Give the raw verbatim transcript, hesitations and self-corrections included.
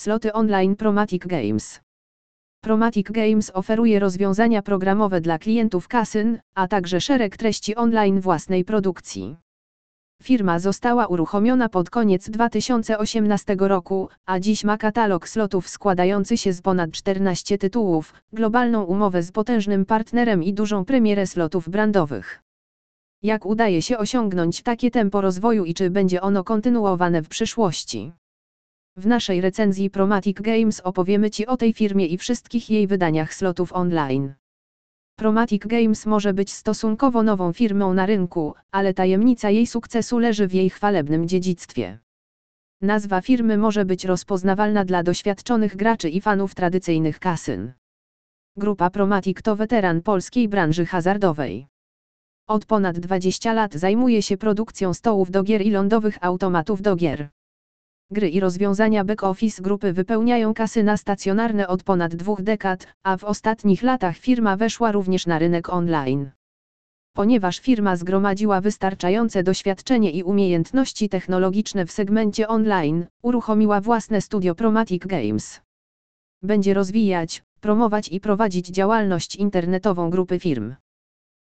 sloty online Promatic Games. Promatic Games oferuje rozwiązania programowe dla klientów kasyn, a także szereg treści online własnej produkcji. Firma została uruchomiona pod koniec dwa tysiące osiemnastego roku, a dziś ma katalog slotów składający się z ponad czternastu tytułów, globalną umowę z potężnym partnerem i dużą premierę slotów brandowych. Jak udaje się osiągnąć takie tempo rozwoju i czy będzie ono kontynuowane w przyszłości? W naszej recenzji Promatic Games opowiemy Ci o tej firmie i wszystkich jej wydaniach slotów online. Promatic Games może być stosunkowo nową firmą na rynku, ale tajemnica jej sukcesu leży w jej chwalebnym dziedzictwie. Nazwa firmy może być rozpoznawalna dla doświadczonych graczy i fanów tradycyjnych kasyn. Grupa Promatic to weteran polskiej branży hazardowej. Od ponad dwudziestu lat zajmuje się produkcją stołów do gier i lądowych automatów do gier. Gry i rozwiązania back-office grupy wypełniają kasyna stacjonarne od ponad dwóch dekad, a w ostatnich latach firma weszła również na rynek online. Ponieważ firma zgromadziła wystarczające doświadczenie i umiejętności technologiczne w segmencie online, uruchomiła własne studio Promatic Games. Będzie rozwijać, promować i prowadzić działalność internetową grupy firm.